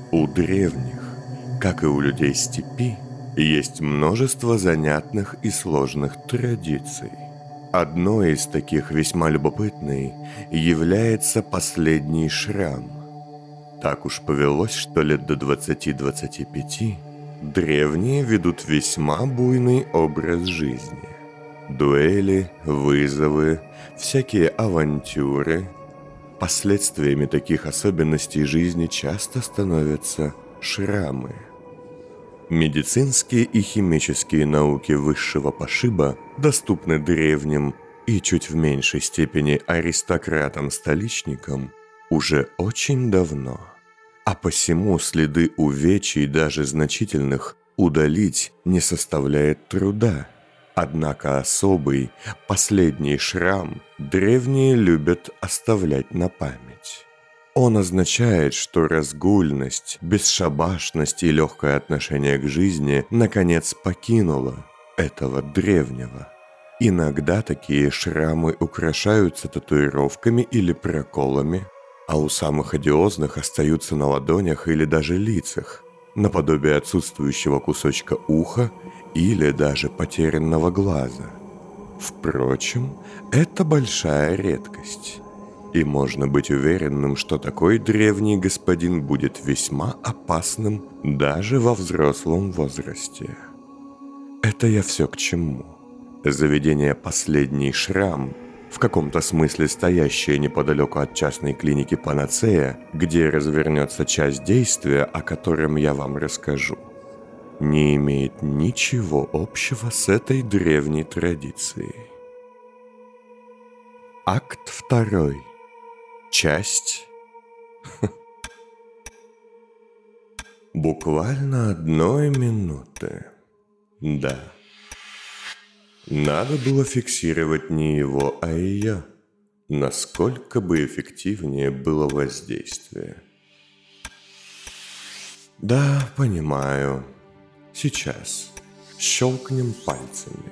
У древних, как и у людей степи, есть множество занятных и сложных традиций. Одной из таких весьма любопытной является последний шрам. Так уж повелось, что лет до 20-25 древние ведут весьма буйный образ жизни. Дуэли, вызовы, всякие авантюры. Последствиями таких особенностей жизни часто становятся шрамы. Медицинские и химические науки высшего пошиба доступны древним и чуть в меньшей степени аристократам-столичникам уже очень давно. А посему следы увечий, даже значительных, удалить не составляет труда. Однако особый, последний шрам древние любят оставлять на память. Он означает, что разгульность, бесшабашность и легкое отношение к жизни наконец покинуло этого древнего. Иногда такие шрамы украшаются татуировками или проколами, а у самых одиозных остаются на ладонях или даже лицах, наподобие отсутствующего кусочка уха или даже потерянного глаза. Впрочем, это большая редкость. И можно быть уверенным, что такой древний господин будет весьма опасным даже во взрослом возрасте. Это я все к чему. Заведение «Последний шрам», в каком-то смысле стоящее неподалеку от частной клиники «Панацея», где развернется часть действия, о котором я вам расскажу, не имеет ничего общего с этой древней традицией. Акт 2. Часть. Буквально 1 минуты. Да. Надо было фиксировать не его, а ее. Насколько бы эффективнее было воздействие. Да, понимаю. Сейчас. Щелкнем пальцами.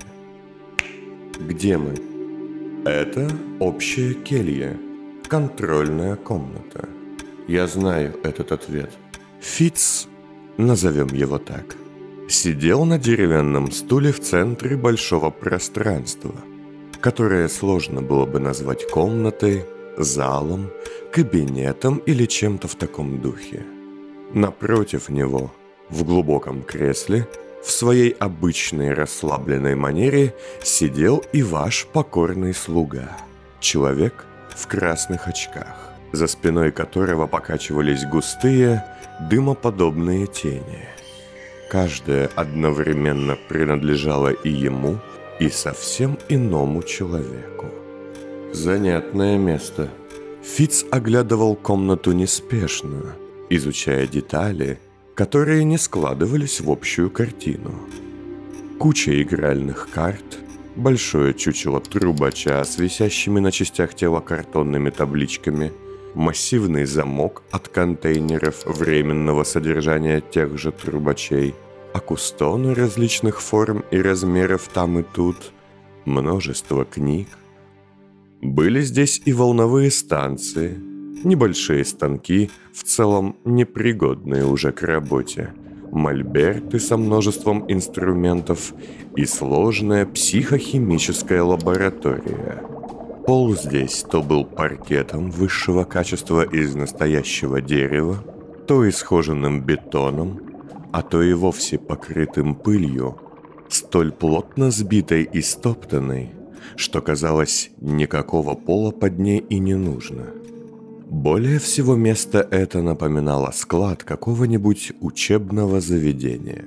Где мы? Это общая келья. Контрольная комната. Я знаю этот ответ. Фитц, назовем его так, сидел на деревянном стуле в центре большого пространства, которое сложно было бы назвать комнатой, залом, кабинетом или чем-то в таком духе. Напротив него, в глубоком кресле, в своей обычной расслабленной манере сидел и ваш покорный слуга, человек в красных очках, за спиной которого покачивались густые, дымоподобные тени. Каждая одновременно принадлежала и ему, и совсем иному человеку. Занятное место. Фитц оглядывал комнату неспешно, изучая детали, которые не складывались в общую картину. Куча игральных карт, большое чучело трубача с висящими на частях тела картонными табличками, массивный замок от контейнеров временного содержания тех же трубачей, акустоны различных форм и размеров там и тут, множество книг. Были здесь и волновые станции, небольшие станки, в целом непригодные уже к работе, мольберты со множеством инструментов и сложная психохимическая лаборатория. Пол здесь то был паркетом высшего качества из настоящего дерева, то исхоженным бетоном, а то и вовсе покрытым пылью, столь плотно сбитой и стоптанной, что, казалось, никакого пола под ней и не нужно. Более всего место это напоминало склад какого-нибудь учебного заведения.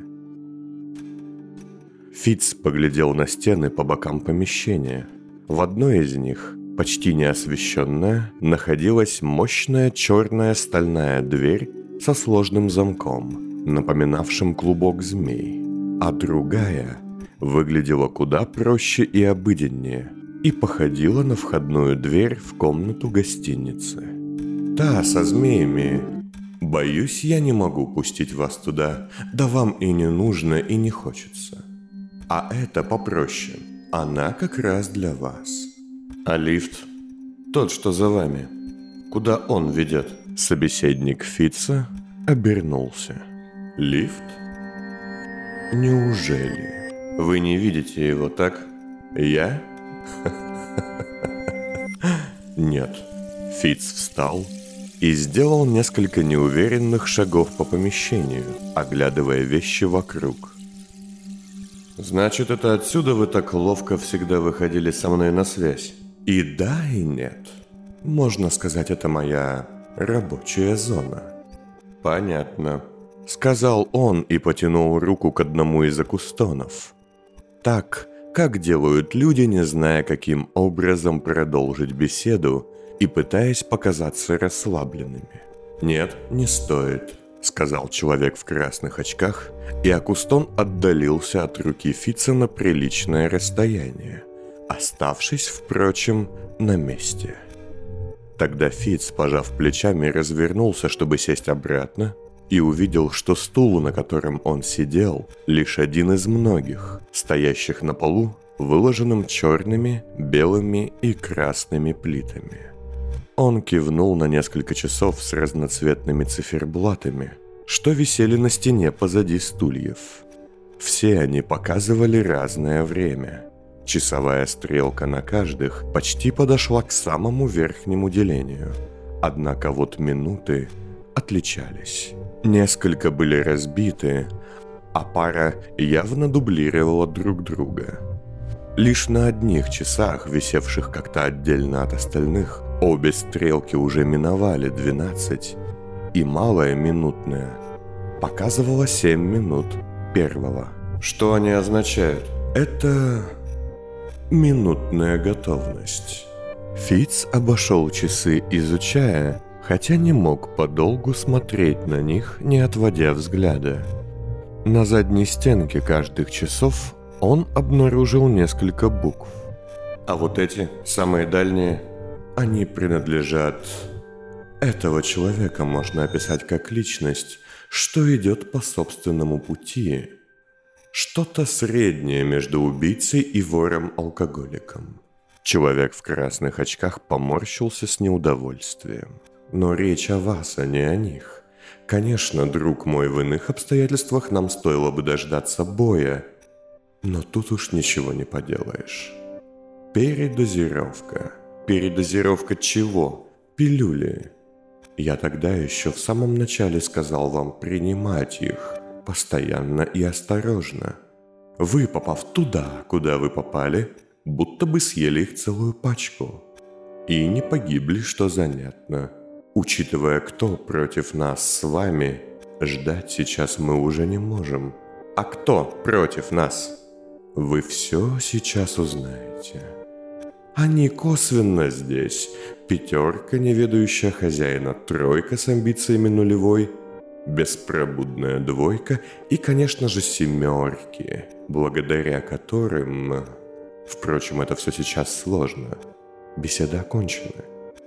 Фитц поглядел на стены по бокам помещения. В одной из них, почти неосвещенная, находилась мощная черная стальная дверь со сложным замком, напоминавшим клубок змей, а другая выглядела куда проще и обыденнее и походила на входную дверь в комнату гостиницы. Та со змеями. Боюсь, я не могу пустить вас туда, да вам и не нужно, и не хочется. А это попроще. Она как раз для вас. А лифт? Тот, что за вами. Куда он ведет? Собеседник Фитца, обернулся. Лифт? Неужели? Вы не видите его, так? Я? Нет. Фитц встал и сделал несколько неуверенных шагов по помещению, оглядывая вещи вокруг. «Значит, это отсюда вы так ловко всегда выходили со мной на связь?» «И да, и нет. Можно сказать, это моя рабочая зона». «Понятно», — сказал он и потянул руку к одному из акустонов. Так, как делают люди, не зная, каким образом продолжить беседу и пытаясь показаться расслабленными. «Нет, не стоит», — сказал человек в красных очках, и акустон отдалился от руки Фитца на приличное расстояние, оставшись, впрочем, на месте. Тогда Фитц, пожав плечами, развернулся, чтобы сесть обратно, и увидел, что стул, на котором он сидел, лишь один из многих, стоящих на полу, выложенным черными, белыми и красными плитами. Он кивнул на несколько часов с разноцветными циферблатами, что висели на стене позади стульев. Все они показывали разное время. Часовая стрелка на каждых почти подошла к самому верхнему делению, однако вот минуты отличались. Несколько были разбиты, а пара явно дублировала друг друга. Лишь на одних часах, висевших как-то отдельно от остальных, обе стрелки уже миновали 12, и малая минутная показывала 7 минут первого. Что они означают? Это минутная готовность. Фитц обошел часы, изучая, хотя не мог подолгу смотреть на них, не отводя взгляда. На задней стенке каждых часов он обнаружил несколько букв. А вот эти, самые дальние, они принадлежат... Этого человека можно описать как личность, что идет по собственному пути. Что-то среднее между убийцей и вором-алкоголиком. Человек в красных очках поморщился с неудовольствием. Но речь о вас, а не о них. Конечно, друг мой, в иных обстоятельствах нам стоило бы дождаться боя, но тут уж ничего не поделаешь. Передозировка. Передозировка чего? Пилюли. Я тогда еще в самом начале сказал вам принимать их постоянно и осторожно. Вы, попав туда, куда вы попали, будто бы съели их целую пачку. И не погибли, что занятно. Учитывая, кто против нас с вами, ждать сейчас мы уже не можем. А кто против нас? Вы все сейчас узнаете. Они косвенно здесь. 5, неведающая хозяина, 3 с амбициями нулевой, беспробудная 2 и, конечно же, 7, благодаря которым... Впрочем, это все сейчас сложно. Беседа окончена.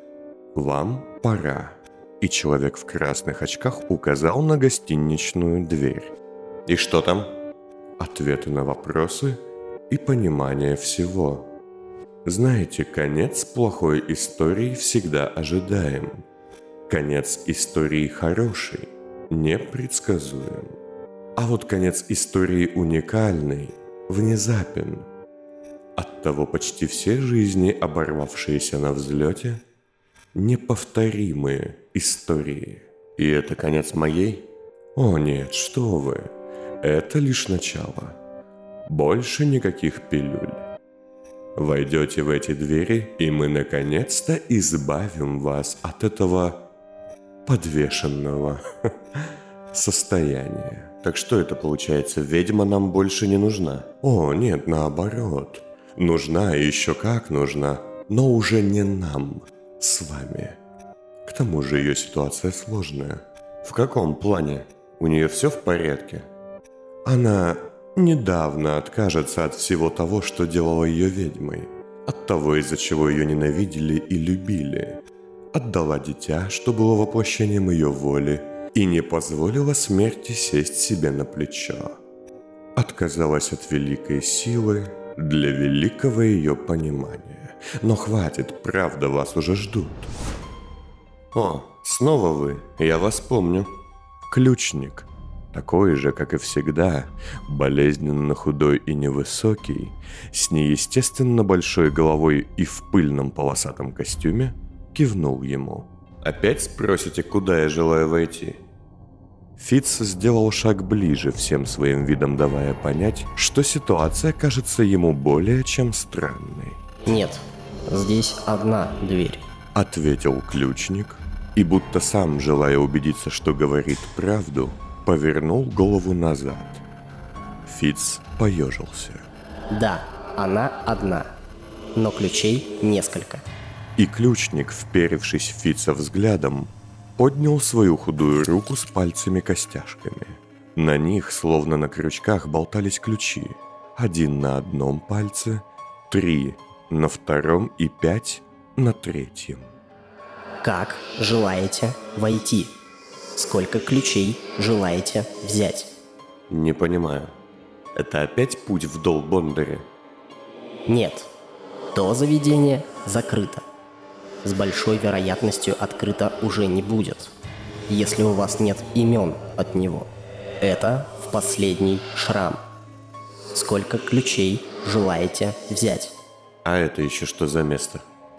Вам пора. И человек в красных очках указал на гостиничную дверь. И что там? Ответы на вопросы и понимание всего. Знаете, конец плохой истории всегда ожидаем. Конец истории хороший, непредсказуем. А вот конец истории уникальный, внезапен. Оттого почти все жизни, оборвавшиеся на взлете, неповторимые истории. И это конец моей? О нет, что вы. Это лишь начало. Больше никаких пилюль. Войдете в эти двери, и мы наконец-то избавим вас от этого подвешенного состояния. Так что это получается, ведьма нам больше не нужна? О, нет, наоборот. Нужна и еще как нужна, но уже не нам с вами. К тому же ее ситуация сложная. В каком плане? У нее все в порядке? Она недавно откажется от всего того, что делало ее ведьмой. От того, из-за чего ее ненавидели и любили. Отдала дитя, что было воплощением ее воли, и не позволила смерти сесть себе на плечо. Отказалась от великой силы для великого ее понимания. Но хватит, правда, вас уже ждут. О, снова вы, я вас помню. Ключник, такой же, как и всегда, болезненно худой и невысокий, с неестественно большой головой и в пыльном полосатом костюме, кивнул ему. «Опять спросите, куда я желаю войти?» Фитц сделал шаг ближе, всем своим видом давая понять, что ситуация кажется ему более чем странной. «Нет, здесь одна дверь», — ответил ключник, и будто сам, желая убедиться, что говорит правду, повернул голову назад. Фитц поежился. «Да, она одна, но ключей несколько». И ключник, вперевшись в Фитца взглядом, поднял свою худую руку с пальцами-костяшками. На них, словно на крючках, болтались ключи. 1 на одном пальце, 3 на втором и 5 на третьем. «Как желаете войти? Сколько ключей желаете взять?» «Не понимаю. Это опять путь в Дол-Бондаре?» «Нет, то заведение закрыто. С большой вероятностью открыто уже не будет, если у вас нет имен от него. Это в последний шрам. Сколько ключей желаете взять?» «А это еще что за место?»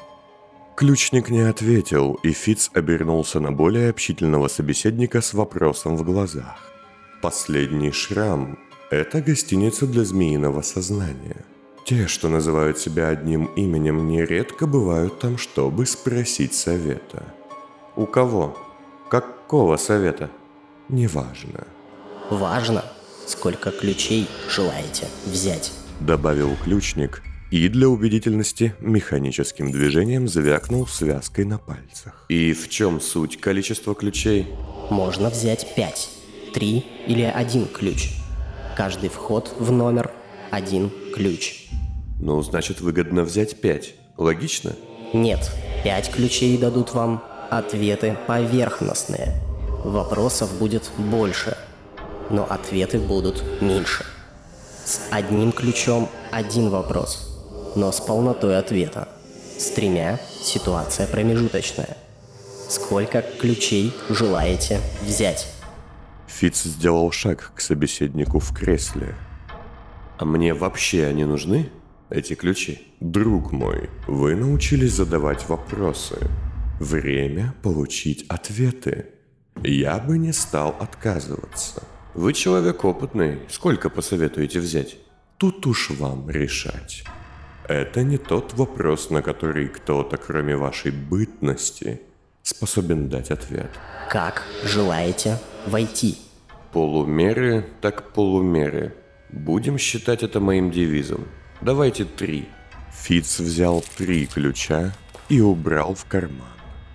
Ключник не ответил, и Фитц обернулся на более общительного собеседника с вопросом в глазах. «Последний шрам – это гостиница для змеиного сознания. Те, что называют себя одним именем, нередко бывают там, чтобы спросить совета». «У кого? Какого совета?» «Неважно». «Важно, сколько ключей желаете взять», – добавил ключник, и для убедительности механическим движением звякнул связкой на пальцах. «И в чем суть количества ключей?» «Можно взять 5, 3 или 1 ключ. Каждый вход в номер – 1 ключ». «Ну, значит, выгодно взять 5. Логично?» «Нет, 5 ключей дадут вам ответы поверхностные. Вопросов будет больше, но ответы будут меньше. С 1 ключом 1 вопрос, но с полнотой ответа. С 3 ситуация промежуточная. Сколько ключей желаете взять?» Фитц сделал шаг к собеседнику в кресле. «А мне вообще они нужны, эти ключи?» «Друг мой, вы научились задавать вопросы. Время получить ответы. Я бы не стал отказываться. Вы человек опытный, сколько посоветуете взять?» «Тут уж вам решать. Это не тот вопрос, на который кто-то, кроме вашей бытности, способен дать ответ». «Как желаете войти?» «Полумеры так полумеры. Будем считать это моим девизом. Давайте 3». Фитц взял 3 ключа и убрал в карман.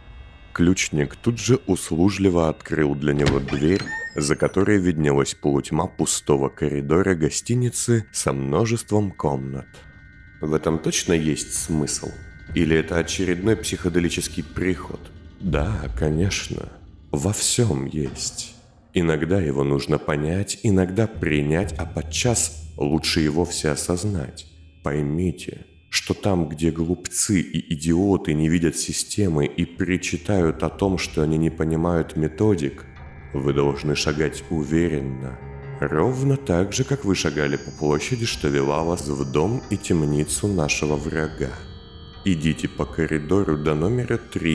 Ключник тут же услужливо открыл для него дверь, за которой виднелась полутьма пустого коридора гостиницы со множеством комнат. «В этом точно есть смысл? Или это очередной психоделический приход?» «Да, конечно. Во всем есть. Иногда его нужно понять, иногда принять, а подчас лучше и вовсе осознать. Поймите, что там, где глупцы и идиоты не видят системы и причитают о том, что они не понимают методик, вы должны шагать уверенно, ровно так же, как вы шагали по площади, что вела вас в дом и темницу нашего врага. Идите по коридору до номера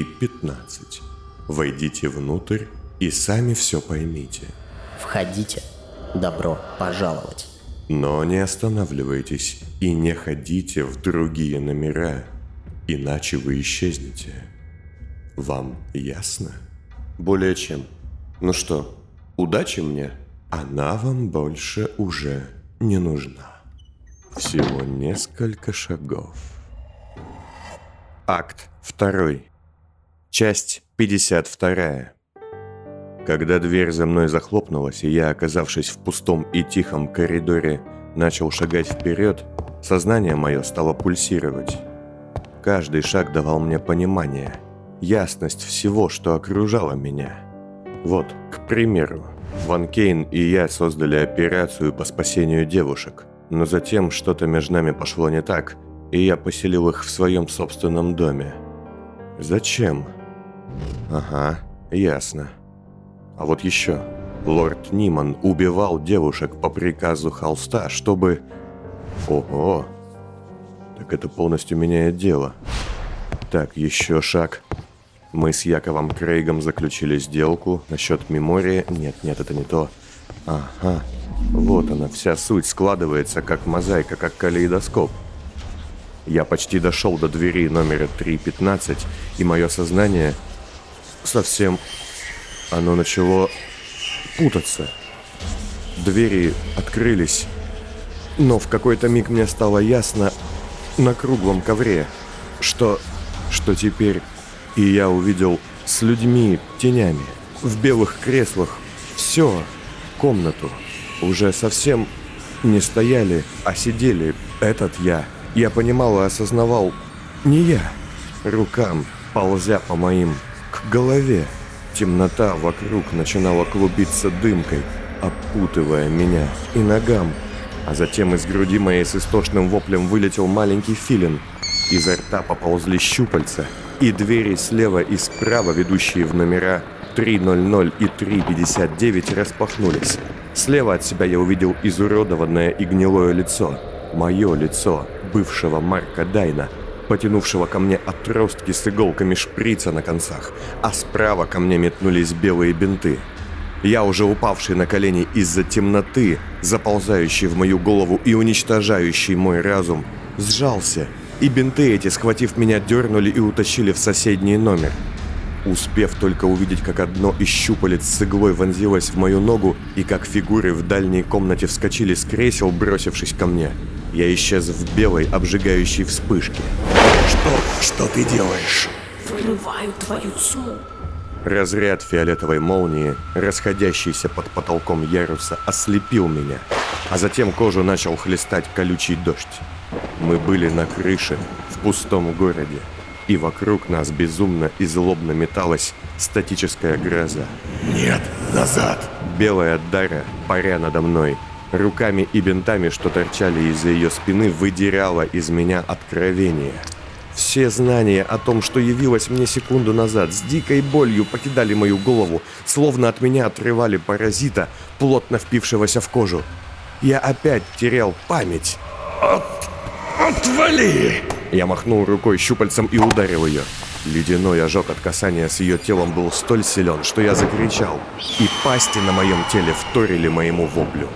315. Войдите внутрь и сами все поймите. Входите. Добро пожаловать». Но не останавливайтесь и не ходите в другие номера, иначе вы исчезнете. Вам ясно? «Более чем. Ну что, удачи мне?» «Она вам больше уже не нужна. Всего несколько шагов». Акт 2. Часть 52. Когда дверь за мной захлопнулась, и я, оказавшись в пустом и тихом коридоре, начал шагать вперед, сознание мое стало пульсировать. Каждый шаг давал мне понимание, ясность всего, что окружало меня. Вот, к примеру, Ван Кейн и я создали операцию по спасению девушек, но затем что-то между нами пошло не так, и я поселил их в своем собственном доме. Зачем? Ага, ясно. А вот еще. Лорд Ниман убивал девушек по приказу Холста, чтобы... Ого! Так это полностью меняет дело. Так, еще шаг. Мы с Яковом Крейгом заключили сделку насчет мемории. Нет, это не то. Ага. Вот она, вся суть складывается как мозаика, как калейдоскоп. Я почти дошел до двери номера 315, и мое сознание совсем... Оно начало путаться. Двери открылись, но в какой-то миг мне стало ясно на круглом ковре, что теперь и я увидел с людьми, тенями, в белых креслах, все, комнату. Уже совсем не стояли, а сидели. Этот я понимал и осознавал, не я. Рукам, ползя по моим, к голове. Темнота вокруг начинала клубиться дымкой, опутывая меня и ногам. А затем из груди моей с истошным воплем вылетел маленький филин. Изо рта поползли щупальца, и двери слева и справа, ведущие в номера 300 и 359, распахнулись. Слева от себя я увидел изуродованное и гнилое лицо. Мое лицо, бывшего Марка Дайна, потянувшего ко мне отростки с иголками шприца на концах, а справа ко мне метнулись белые бинты. Я, уже упавший на колени из-за темноты, заползающей в мою голову и уничтожающей мой разум, сжался, и бинты эти, схватив меня, дернули и утащили в соседний номер. Успев только увидеть, как одно из щупалец с иглой вонзилось в мою ногу, и как фигуры в дальней комнате вскочили с кресел, бросившись ко мне, я исчез в белой, обжигающей вспышке. Что ты делаешь? Вырываю твою тьму. Разряд фиолетовой молнии, расходящийся под потолком яруса, ослепил меня, а затем кожу начал хлестать колючий дождь. Мы были на крыше, в пустом городе, и вокруг нас безумно и злобно металась статическая гроза. Нет, назад! Белая Дара, паря надо мной, руками и бинтами, что торчали из-за ее спины, выдирала из меня откровение. Все знания о том, что явилось мне секунду назад, с дикой болью покидали мою голову, словно от меня отрывали паразита, плотно впившегося в кожу. Я опять терял память. Отвали! Я махнул рукой щупальцем и ударил ее. Ледяной ожог от касания с ее телом был столь силен, что я закричал, и пасти на моем теле вторили моему воплю.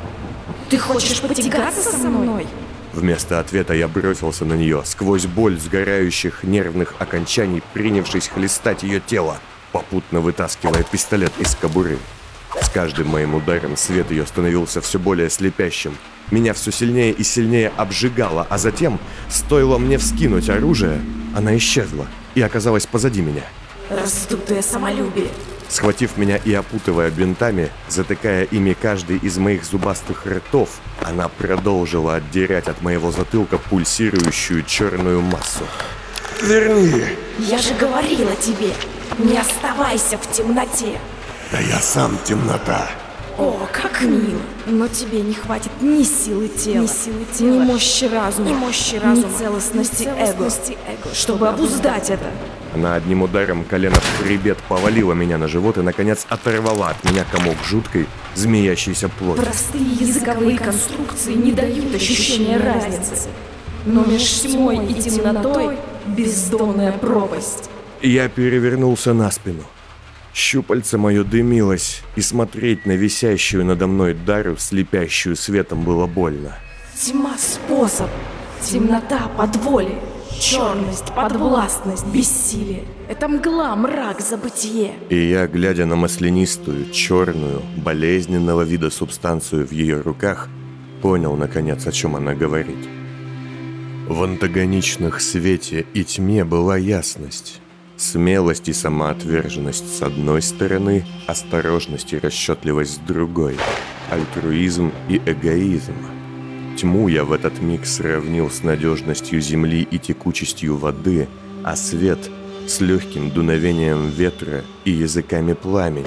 Ты хочешь потягаться со мной? Вместо ответа я бросился на нее, сквозь боль сгорающих нервных окончаний, принявшись хлестать ее тело, попутно вытаскивая пистолет из кобуры. С каждым моим ударом свет ее становился все более слепящим. Меня все сильнее и сильнее обжигало, а затем, стоило мне вскинуть оружие, она исчезла и оказалась позади меня. Раздутое самолюбие. Схватив меня и опутывая бинтами, затыкая ими каждый из моих зубастых ртов, она продолжила отдирать от моего затылка пульсирующую черную массу. Верни! Я же говорила тебе, не оставайся в темноте. Да я сам темнота. О, как мило. Но тебе не хватит ни силы тела, ни мощи разума, ни целостности эго, чтобы обуздать это. Она одним ударом колена в хребет повалила меня на живот и, наконец, оторвала от меня комок жуткой, змеящейся плоти. Простые языковые конструкции не дают ощущения разницы. Но между тьмой и темнотой бездонная пропасть. Я перевернулся на спину. Щупальце мое дымилось, и смотреть на висящую надо мной Дару, слепящую светом, было больно. Тьма — способ, темнота — подволие, черность, подвластность, бессилие. Это мгла, мрак, забытие. И я, глядя на маслянистую, черную, болезненного вида субстанцию в ее руках, понял, наконец, о чем она говорит. В антагоничных свете и тьме была ясность. Смелость и самоотверженность с одной стороны, осторожность и расчетливость с другой, альтруизм и эгоизм. Тьму я в этот миг сравнил с надежностью земли и текучестью воды, а свет с легким дуновением ветра и языками пламени.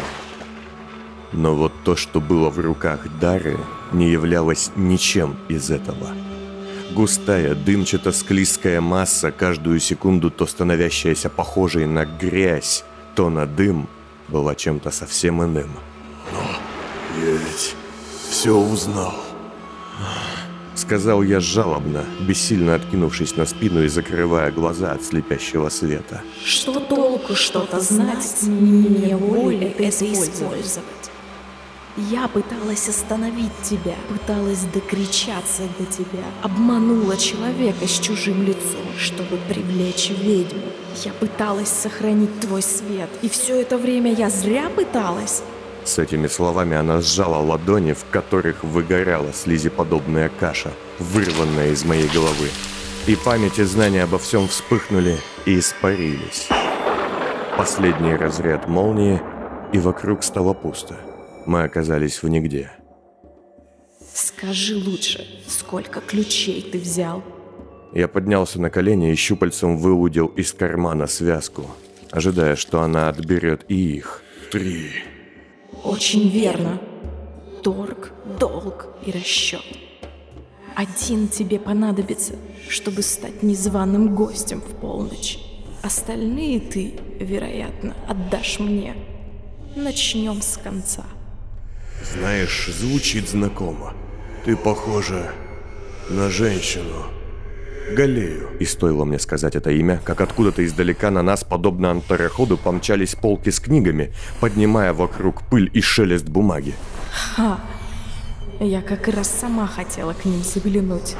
Но вот то, что было в руках Дары, не являлось ничем из этого. Густая, дымчато-склизкая масса, каждую секунду то становящаяся похожей на грязь, то на дым, была чем-то совсем иным. Я ведь все узнал. Сказал я жалобно, бессильно откинувшись на спину и закрывая глаза от слепящего света. Что толку что-то знать, не имея воли это использовать? Я пыталась остановить тебя, пыталась докричаться до тебя, обманула человека с чужим лицом, чтобы привлечь ведьму. Я пыталась сохранить твой свет, и все это время я зря пыталась? С этими словами она сжала ладони, в которых выгорала слизеподобная каша, вырванная из моей головы. И память и знания обо всем вспыхнули и испарились. Последний разряд молнии, и вокруг стало пусто. Мы оказались в нигде. Скажи лучше, сколько ключей ты взял? Я поднялся на колени и щупальцем выудил из кармана связку, ожидая, что она отберет и их. 3. Очень верно. Торг, долг и расчет. Один тебе понадобится, чтобы стать незваным гостем в полночь. Остальные ты, вероятно, отдашь мне. Начнем с конца. Знаешь, звучит знакомо. Ты похожа на женщину. Галею. И стоило мне сказать это имя, как откуда-то издалека на нас, подобно антароходу, помчались полки с книгами, поднимая вокруг пыль и шелест бумаги. Ха! Я как раз сама хотела к ним заглянуть.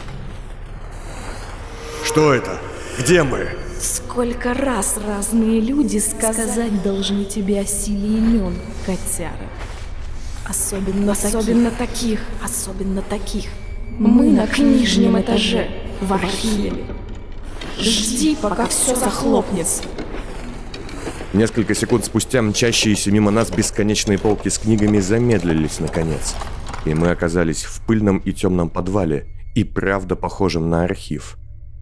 Что это? Где мы? Сколько раз разные люди сказать должны тебе о силе имен, котяра. Особенно таких. Мы на нижнем этаже, в архиве. Жди, пока все захлопнется. Несколько секунд спустя мчащиеся мимо нас бесконечные полки с книгами замедлились наконец. И мы оказались в пыльном и темном подвале, и правда похожем на архив.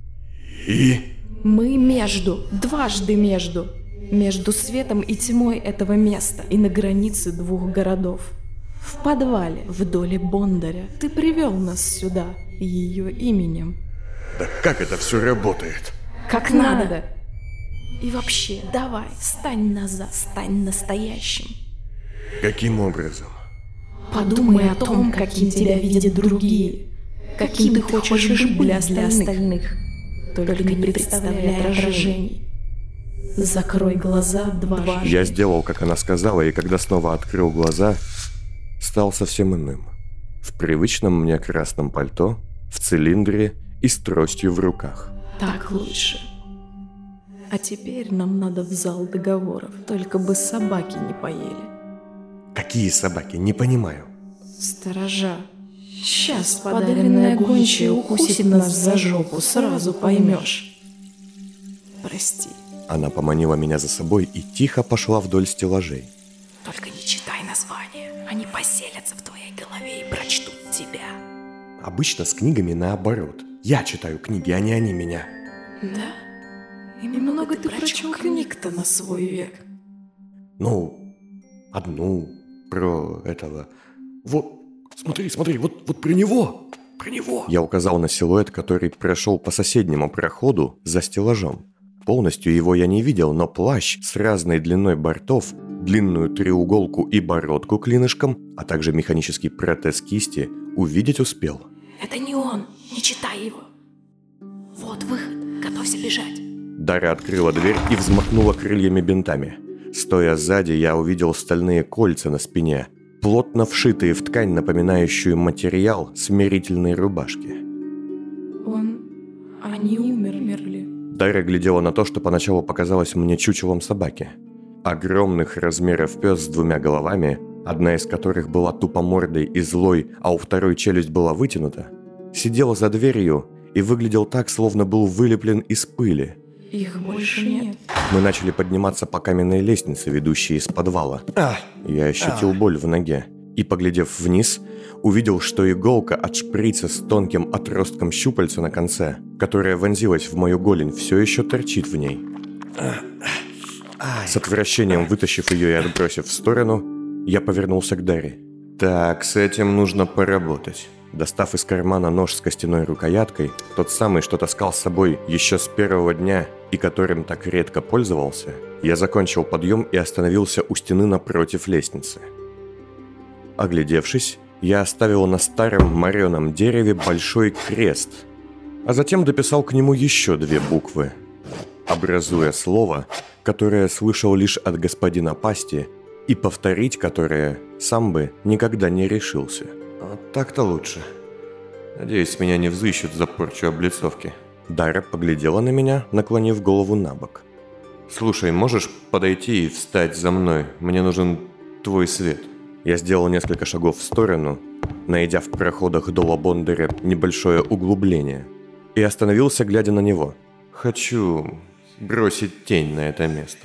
И? Мы дважды между светом и тьмой этого места и на границе двух городов. В подвале, в доле Бондаря. Ты привел нас сюда ее именем. Да как это все работает? Как надо. И вообще, давай, стань назад, стань настоящим. Каким образом? Подумай о том, каким тебя видят другие. Каким ты хочешь быть для остальных. Только не представляй отражений. Закрой глаза дважды. Я сделал, как она сказала, и когда снова открыл глаза, стал совсем иным. В привычном мне красном пальто, в цилиндре и с тростью в руках. Так лучше. А теперь нам надо в зал договоров, только бы собаки не поели. Какие собаки? Не понимаю. Сторожа. Сейчас подаренная гончая укусит нас за жопу, сразу поймешь. Прости. Она поманила меня за собой и тихо пошла вдоль стеллажей. Только не читай название. Они поселятся в твоей голове и прочтут тебя. Обычно с книгами наоборот. Я читаю книги, а не они меня. Да? И много ты прочел книг-то на свой век. Ну, одну про этого. Вот, смотри, вот про него. Про него. Я указал на силуэт, который прошел по соседнему проходу за стеллажом. Полностью его я не видел, но плащ с разной длиной бортов, длинную треуголку и бородку клинышком, а также механический протез кисти увидеть успел. Это не он, не читай его. Вот выход, готовься бежать. Дара открыла дверь и взмахнула крыльями-бинтами. Стоя сзади, я увидел стальные кольца на спине, плотно вшитые в ткань, напоминающую материал смирительной рубашки. Они умерли. Дара глядела на то, что поначалу показалось мне чучелом собаки. Огромных размеров пес с двумя головами, одна из которых была тупомордой и злой, а у второй челюсть была вытянута, сидел за дверью и выглядел так, словно был вылеплен из пыли. Их больше нет. Мы начали подниматься по каменной лестнице, ведущей из подвала. Я ощутил боль в ноге и, поглядев вниз, увидел, что иголка от шприца с тонким отростком щупальца на конце, которая вонзилась в мою голень, все еще торчит в ней. С отвращением вытащив ее и отбросив в сторону, я повернулся к Даре. Так, с этим нужно поработать. Достав из кармана нож с костяной рукояткой, тот самый, что таскал с собой еще с первого дня и которым так редко пользовался, я закончил подъем и остановился у стены напротив лестницы. оглядевшись, я оставил на старом мореном дереве большой крест, а затем дописал к нему еще 2 буквы, образуя слово, которое слышал лишь от господина Пасти, и повторить которое сам бы никогда не решился. Вот так-то лучше. Надеюсь, меня не взыщут за порчу облицовки. Дара поглядела на меня, наклонив голову на бок. «Слушай, можешь подойти и встать за мной? Мне нужен твой свет». Я сделал несколько шагов в сторону, найдя в проходах дома Бондаря небольшое углубление, и остановился, глядя на него. «Хочу бросить тень на это место».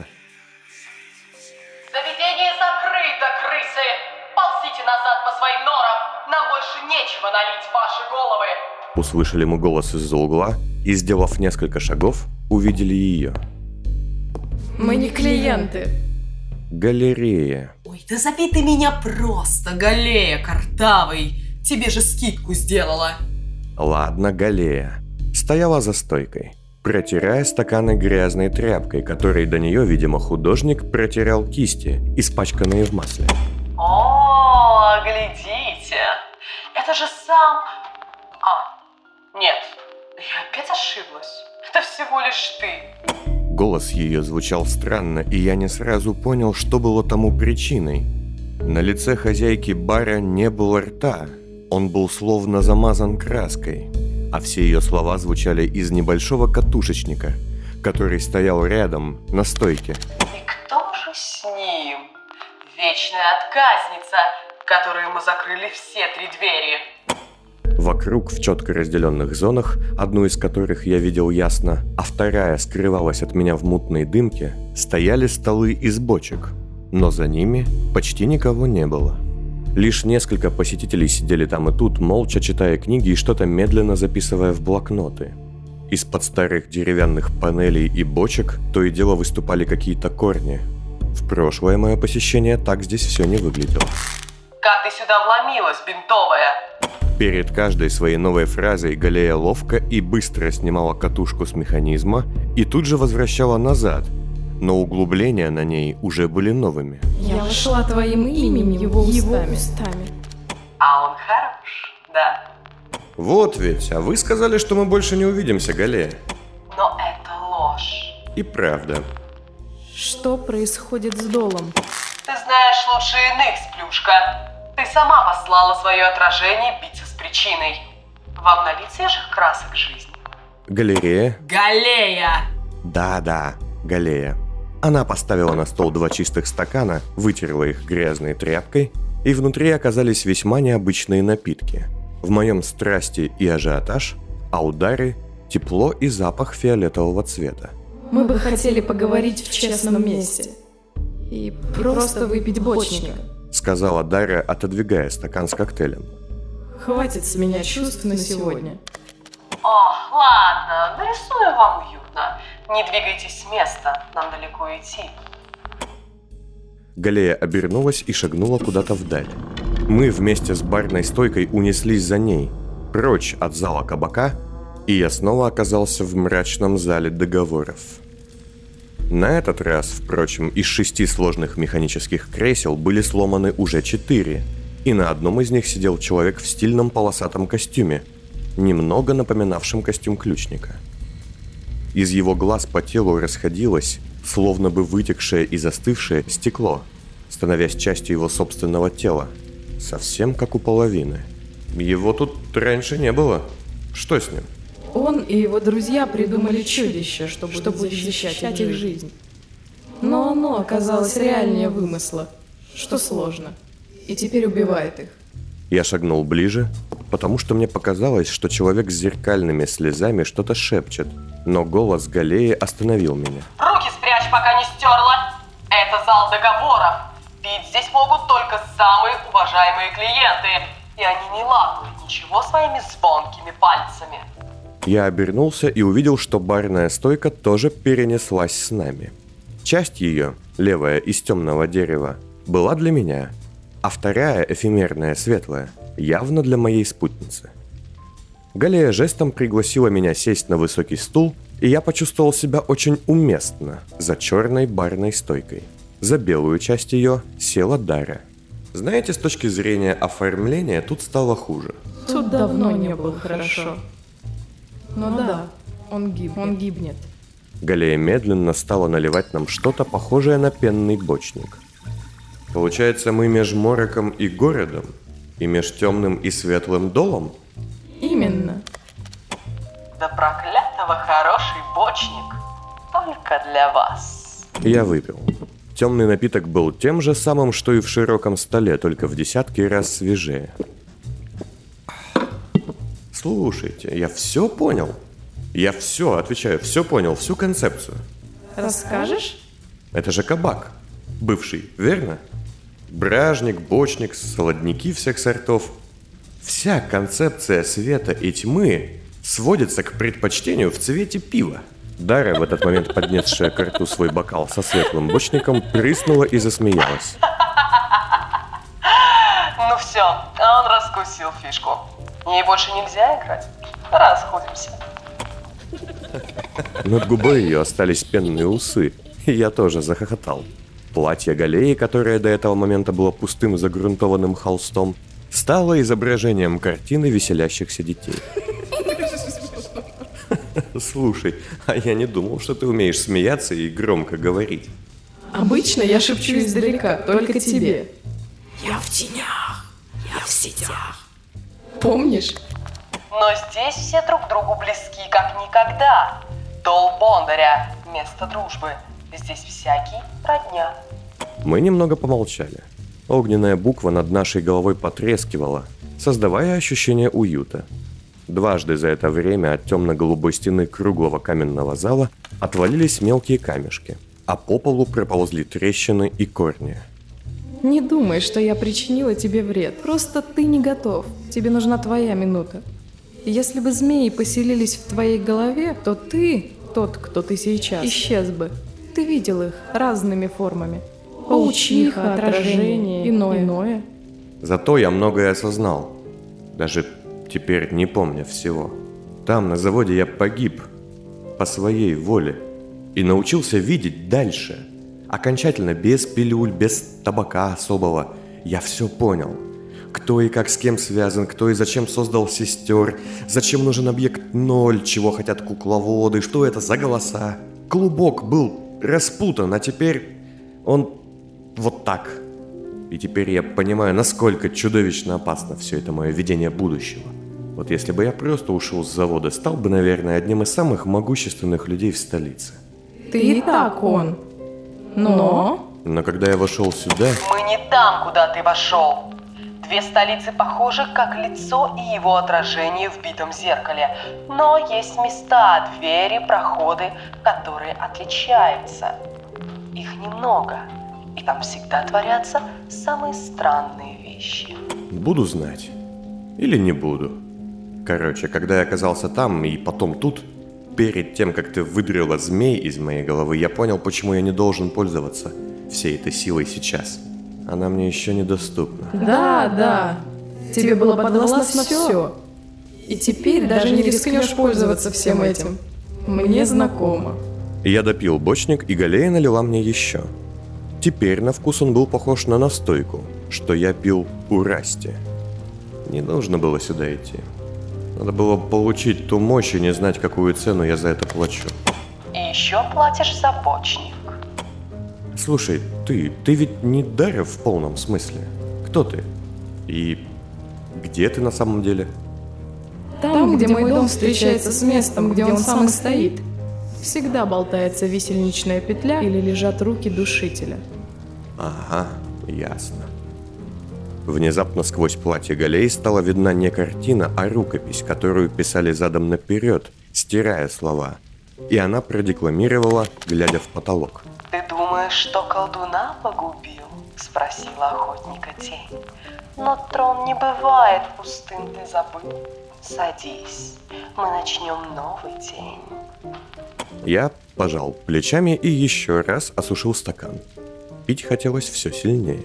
«Заведение закрыто, крысы! Ползите назад по своим норам! Нам больше нечего налить в ваши головы!» Услышали мы голос из-за угла и, сделав несколько шагов, увидели ее. Мы не клиенты. Галерея. Ой, да зови ты меня просто, Галея Картавый. Тебе же скидку сделала. Ладно, Галея. Стояла за стойкой, протирая стаканы грязной тряпкой, которой до нее, видимо, художник протирал кисти, испачканные в масле. О, глядите! Это же сам... Нет, я опять ошиблась. Это всего лишь ты. Голос ее звучал странно, и я не сразу понял, что было тому причиной. На лице хозяйки бара не было рта, он был словно замазан краской, а все ее слова звучали из небольшого катушечника, который стоял рядом на стойке. И кто же с ним? Вечная отказница, которой мы закрыли все 3 двери. Вокруг, в четко разделенных зонах, одну из которых я видел ясно, а вторая скрывалась от меня в мутной дымке, стояли столы из бочек, но за ними почти никого не было. Лишь несколько посетителей сидели там и тут, молча читая книги и что-то медленно записывая в блокноты. Из-под старых деревянных панелей и бочек то и дело выступали какие-то корни. В прошлое мое посещение так здесь все не выглядело. Как ты сюда вломилась, бинтовая? Перед каждой своей новой фразой Галея ловко и быстро снимала катушку с механизма и тут же возвращала назад, но углубления на ней уже были новыми. Я вошла твоим именем его устами. А он хорош, да. Вот ведь, а вы сказали, что мы больше не увидимся, Галея. Но это ложь. И правда. Что происходит с долом? Ты знаешь лучше иных, Сплюшка. Ты сама послала свое отражение биться с причиной. Вам налить свежих красок жизни? Галерея. Галея! Да, Галея. Она поставила на стол 2 чистых стакана, вытерла их грязной тряпкой, и внутри оказались весьма необычные напитки. В моем страсти и ажиотаж, а у Дары тепло и запах фиолетового цвета. Мы бы хотели поговорить в честном месте. И просто выпить бочника. Сказала Дарья, отодвигая стакан с коктейлем. Хватит с меня чувств на сегодня. Ох, ладно, нарисую вам уютно. Не двигайтесь с места, нам далеко идти. Галея обернулась и шагнула куда-то вдаль. Мы вместе с барной стойкой унеслись за ней, прочь от зала кабака, и я снова оказался в мрачном зале договоров. На этот раз, впрочем, из 6 сложных механических кресел были сломаны уже 4, и на одном из них сидел человек в стильном полосатом костюме, немного напоминавшем костюм ключника. Из его глаз по телу расходилось, словно бы вытекшее и застывшее стекло, становясь частью его собственного тела, совсем как у половины. Его тут раньше не было. Что с ним? Он и его друзья придумали чудище, чтобы защищать их жизнь. Но оно оказалось реальнее вымысла, что сложно, и теперь убивает их. Я шагнул ближе, потому что мне показалось, что человек с зеркальными слезами что-то шепчет, но голос Галеи остановил меня. Руки спрячь, пока не стерла. Это зал договоров. Пить здесь могут только самые уважаемые клиенты, и они не лапают ничего своими звонкими пальцами. Я обернулся и увидел, что барная стойка тоже перенеслась с нами. Часть ее, левая из темного дерева, была для меня, а вторая, эфемерная, светлая, явно для моей спутницы. Галея жестом пригласила меня сесть на высокий стул, и я почувствовал себя очень уместно за черной барной стойкой. За белую часть ее села Дара. Знаете, с точки зрения оформления тут стало хуже. Тут давно не было хорошо. Но да, он гибнет. Галея медленно стала наливать нам что-то похожее на пенный бочник. Получается, мы меж мороком и городом? И меж темным и светлым долом? Именно. Да проклятого хороший бочник. Только для вас. Я выпил. Темный напиток был тем же самым, что и в широком столе, только в десятки раз свежее. Слушайте, я все понял. Отвечаю, все понял, всю концепцию. Расскажешь? Это же кабак. Бывший, верно? Бражник, бочник, солодники всех сортов. Вся концепция света и тьмы сводится к предпочтению в цвете пива. Дара, в этот момент поднесшая к рту свой бокал со светлым бочником, прыснула и засмеялась. Ну все, он раскусил фишку. Ей больше нельзя играть. Расходимся. Над губой ее остались пенные усы, и я тоже захохотал. Платье Галеи, которое до этого момента было пустым загрунтованным холстом, стало изображением картины веселящихся детей. Слушай, а я не думал, что ты умеешь смеяться и громко говорить. Обычно я шепчу издалека, только тебе. Я в тенях, я в сетях. Помнишь? Но здесь все друг другу близки, как никогда. Дол Бондаря, место дружбы. Здесь всякий родня. Мы немного помолчали. Огненная буква над нашей головой потрескивала, создавая ощущение уюта. Дважды за это время от темно-голубой стены круглого каменного зала отвалились мелкие камешки, а по полу проползли трещины и корни. Не думай, что я причинила тебе вред. Просто ты не готов. Тебе нужна твоя минута. Если бы змеи поселились в твоей голове, то ты, тот, кто ты сейчас, исчез бы. Ты видел их разными формами. Паучиха, отражение, иное. Зато я многое осознал. Даже теперь не помня всего. Там, на заводе, я погиб по своей воле и научился видеть дальше. Окончательно, без пилюль, без табака особого. Я все понял. Кто и как с кем связан, кто и зачем создал сестер, зачем нужен объект 0, чего хотят кукловоды, что это за голоса. Клубок был распутан, а теперь он вот так. И теперь я понимаю, насколько чудовищно опасно все это мое видение будущего. Вот если бы я просто ушел с завода, стал бы, наверное, одним из самых могущественных людей в столице. Ты и так он. Но когда я вошел сюда... Мы не там, куда ты вошел. Две столицы похожи, как лицо и его отражение в битом зеркале. Но есть места, двери, проходы, которые отличаются. Их немного. И там всегда творятся самые странные вещи. Буду знать. Или не буду. Короче, когда я оказался там и потом тут, перед тем, как ты выдрила змей из моей головы, я понял, почему я не должен пользоваться всей этой силой сейчас. Она мне еще недоступна. Да. Тебе было подвластно все. И теперь даже не рискнешь пользоваться всем этим. Мне знакомо. Я допил бочник, и Галея налила мне еще. Теперь на вкус он был похож на настойку, что я пил у Расти. Не нужно было сюда идти. Надо было получить ту мощь и не знать, какую цену я за это плачу. И еще платишь за бочник. Слушай, ты ведь не Дарья в полном смысле. Кто ты? И где ты на самом деле? Там, где мой дом встречается с местом, где он сам и стоит, всегда болтается висельничная петля или лежат руки душителя. Ага, ясно. Внезапно сквозь платье Галеи стала видна не картина, а рукопись, которую писали задом наперед, стирая слова. И она продекламировала, глядя в потолок. Ты думаешь, что колдуна погубил? Спросила охотника тень. Но трон не бывает пустым, ты забыл. Садись, мы начнем новый день. Я пожал плечами и еще раз осушил стакан. Пить хотелось все сильнее.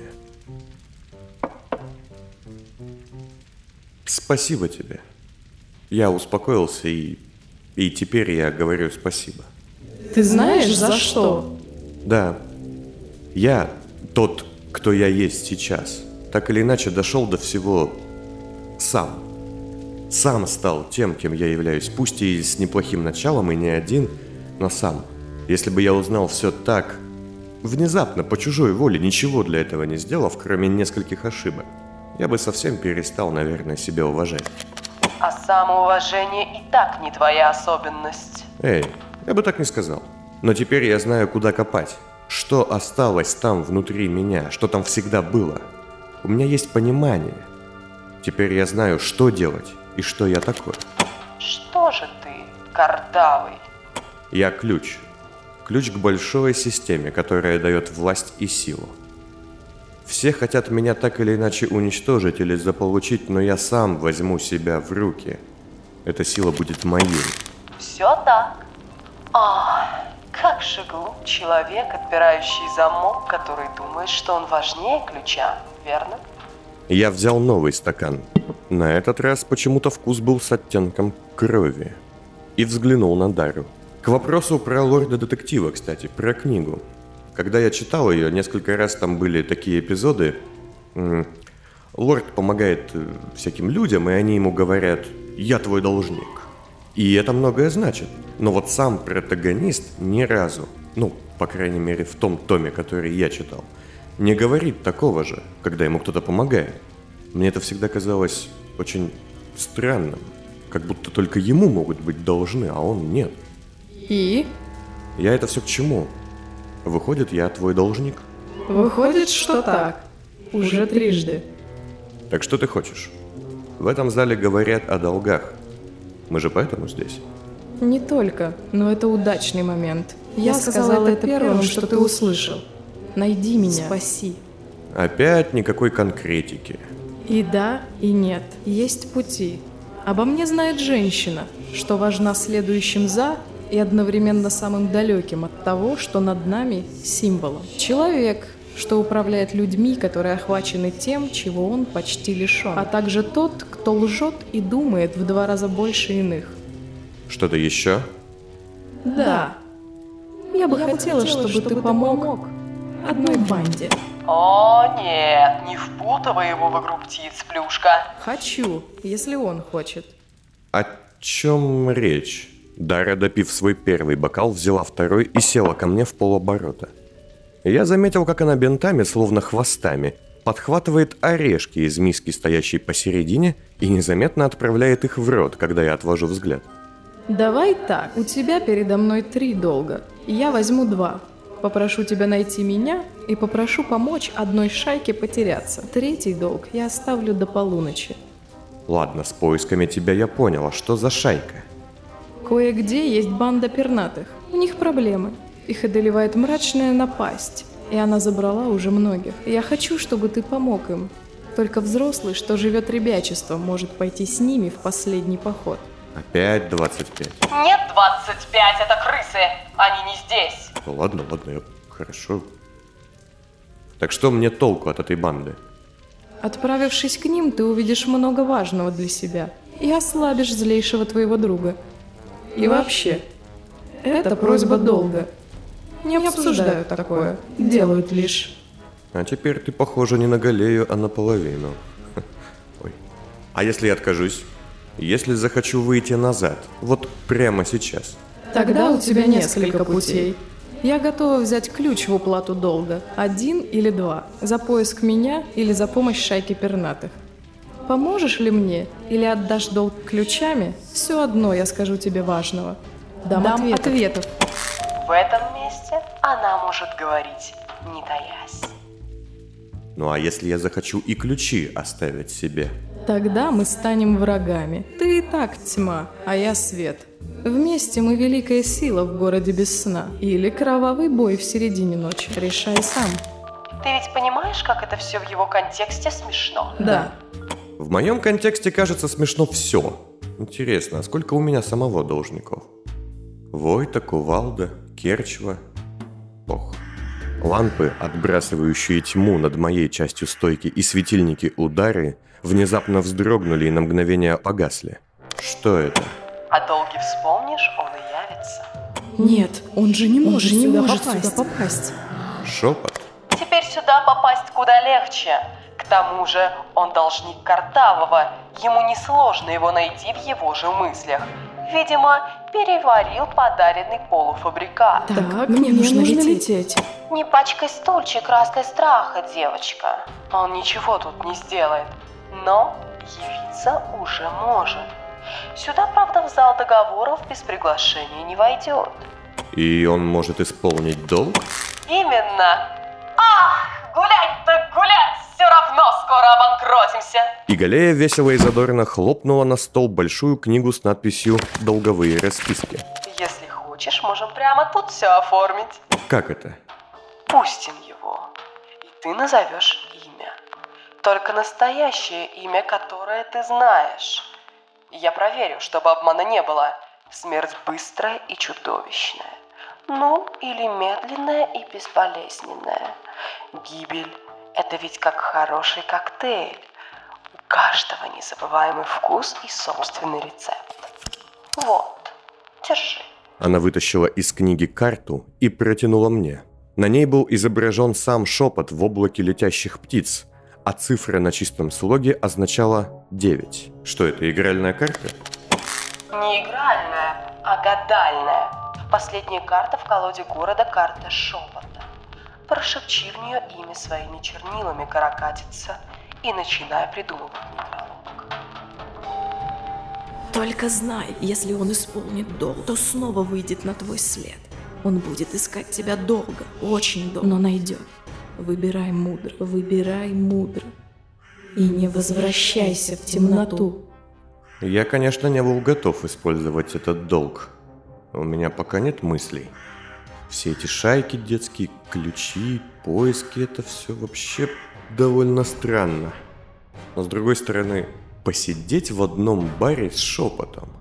Спасибо тебе. Я успокоился и теперь я говорю спасибо. Ты знаешь, за что? Да, я тот, кто я есть сейчас. так или иначе дошел до всего сам. Сам стал тем, кем я являюсь, пусть и с неплохим началом, и не один, но сам. Если бы я узнал все так, внезапно, по чужой воле, ничего для этого не сделав, кроме нескольких ошибок, я бы совсем перестал, наверное, себя уважать. А самоуважение и так не твоя особенность. Эй, я бы так не сказал. Но теперь я знаю, куда копать. Что осталось там внутри меня, что там всегда было. У меня есть понимание. Теперь я знаю, что делать и что я такой. Что же ты, картавый? Я ключ. Ключ к большой системе, которая дает власть и силу. Все хотят меня так или иначе уничтожить или заполучить, но я сам возьму себя в руки. Эта сила будет моей. Все так. Как же глуп человек, отпирающий замок, который думает, что он важнее ключа, верно? Я взял новый стакан. На этот раз почему-то вкус был с оттенком крови. И взглянул на Дару. К вопросу про лорда-детектива, кстати, про книгу. Когда я читал ее, несколько раз там были такие эпизоды. Лорд помогает всяким людям, и они ему говорят: «Я твой должник». И это многое значит. Но вот сам протагонист ни разу, по крайней мере в том томе, который я читал, не говорит такого же, когда ему кто-то помогает. Мне это всегда казалось очень странным. Как будто только ему могут быть должны, а он нет. И? Я это все к чему? Выходит, я твой должник? Выходит, что так. Уже трижды. Так что ты хочешь? В этом зале говорят о долгах. Мы же поэтому здесь. Не только, но это удачный момент. Я сказала это первым, что ты услышал. Найди меня. Спаси. Опять никакой конкретики. И да, и нет. Есть пути. Обо мне знает женщина, что важна следующим за и одновременно самым далеким от того, что над нами символом. Человек, что управляет людьми, которые охвачены тем, чего он почти лишен, а также тот, кто лжет и думает в 2 раза больше иных. Что-то еще? Да. Я бы хотела, чтобы ты помог одной банде. О, нет, не впутывай его в игру птиц, плюшка. Хочу, если он хочет. О чем речь? Дара, допив свой первый бокал, взяла второй и села ко мне в полоборота. Я заметил, как она бинтами, словно хвостами, подхватывает орешки из миски, стоящей посередине, и незаметно отправляет их в рот, когда я отвожу взгляд. Давай так, у тебя передо мной 3 долга, и я возьму 2. Попрошу тебя найти меня и попрошу помочь одной шайке потеряться. 3-й долг я оставлю до полуночи. Ладно, с поисками тебя я понял, а что за шайка? Кое-где есть банда пернатых. У них проблемы. Их одолевает мрачная напасть, и она забрала уже многих. Я хочу, чтобы ты помог им. Только взрослый, что живет ребячеством, может пойти с ними в последний поход. Опять 25. Нет, 25, это крысы. Они не здесь. Ладно, хорошо. Так что мне толку от этой банды? Отправившись к ним, ты увидишь много важного для себя и ослабишь злейшего твоего друга. И вообще, это просьба долга. Не обсуждают такое, делают лишь. А теперь ты похожа не на Галею, а наполовину. Ой. А если я откажусь? Если захочу выйти назад, вот прямо сейчас? Тогда у тебя несколько путей. Я готова взять ключ в уплату долга. 1 или 2. За поиск меня или за помощь шайке пернатых. Поможешь ли мне или отдашь долг ключами? Все одно я скажу тебе важного. Дам ответов. В этом месте она может говорить, не таясь. Ну а если я захочу и ключи оставить себе? Тогда мы станем врагами. Ты и так тьма, а я свет. Вместе мы великая сила в городе без сна. Или кровавый бой в середине ночи. Решай сам. Ты ведь понимаешь, как это все в его контексте смешно? Да. В моем контексте кажется смешно все. Интересно, а сколько у меня самого должников? Войта, Кувалда, Керчева. Ох. Лампы, отбрасывающие тьму над моей частью стойки, и светильники у Дары внезапно вздрогнули и на мгновение погасли. Что это? А долги вспомнишь, он и явится. Нет, он же не может сюда попасть. Шепот? Теперь сюда попасть куда легче. К тому же он должник Картавого, ему несложно его найти в его же мыслях. Видимо, переварил подаренный полуфабрикат. Так, мне нужно лететь. Не пачкай стульчик краской страха, девочка. Он ничего тут не сделает, но явиться уже может. Сюда, правда, в зал договоров без приглашения не войдет. И он может исполнить долг? Именно. Ах, гулять-то гулять, все равно скоро обанкротимся. И Галея весело и задорно хлопнула на стол большую книгу с надписью «Долговые расписки». Если хочешь, можем прямо тут все оформить. Как это? Пустим его, и ты назовешь имя. Только настоящее имя, которое ты знаешь. Я проверю, чтобы обмана не было. Смерть быстрая и чудовищная. Ну, или медленная и безболезненная. Гибель – это ведь как хороший коктейль. У каждого незабываемый вкус и собственный рецепт. Вот, держи. Она вытащила из книги карту и протянула мне. На ней был изображен сам шепот в облаке летящих птиц, а цифра на чистом слоге означала 9. Что это, игральная карта? Не игральная, а гадальная. Последняя карта в колоде города – карта шепота. Прошепчи в нее имя своими чернилами, каракатица, и начинай придумывать некролог. Только знай, если он исполнит долг, то снова выйдет на твой след. Он будет искать тебя долго, очень долго, но найдет. Выбирай мудро. И не возвращайся в темноту. Я, конечно, не был готов использовать этот долг. У меня пока нет мыслей. Все эти шайки, детские ключи, поиски – это все вообще довольно странно. Но с другой стороны, посидеть в одном баре с шепотом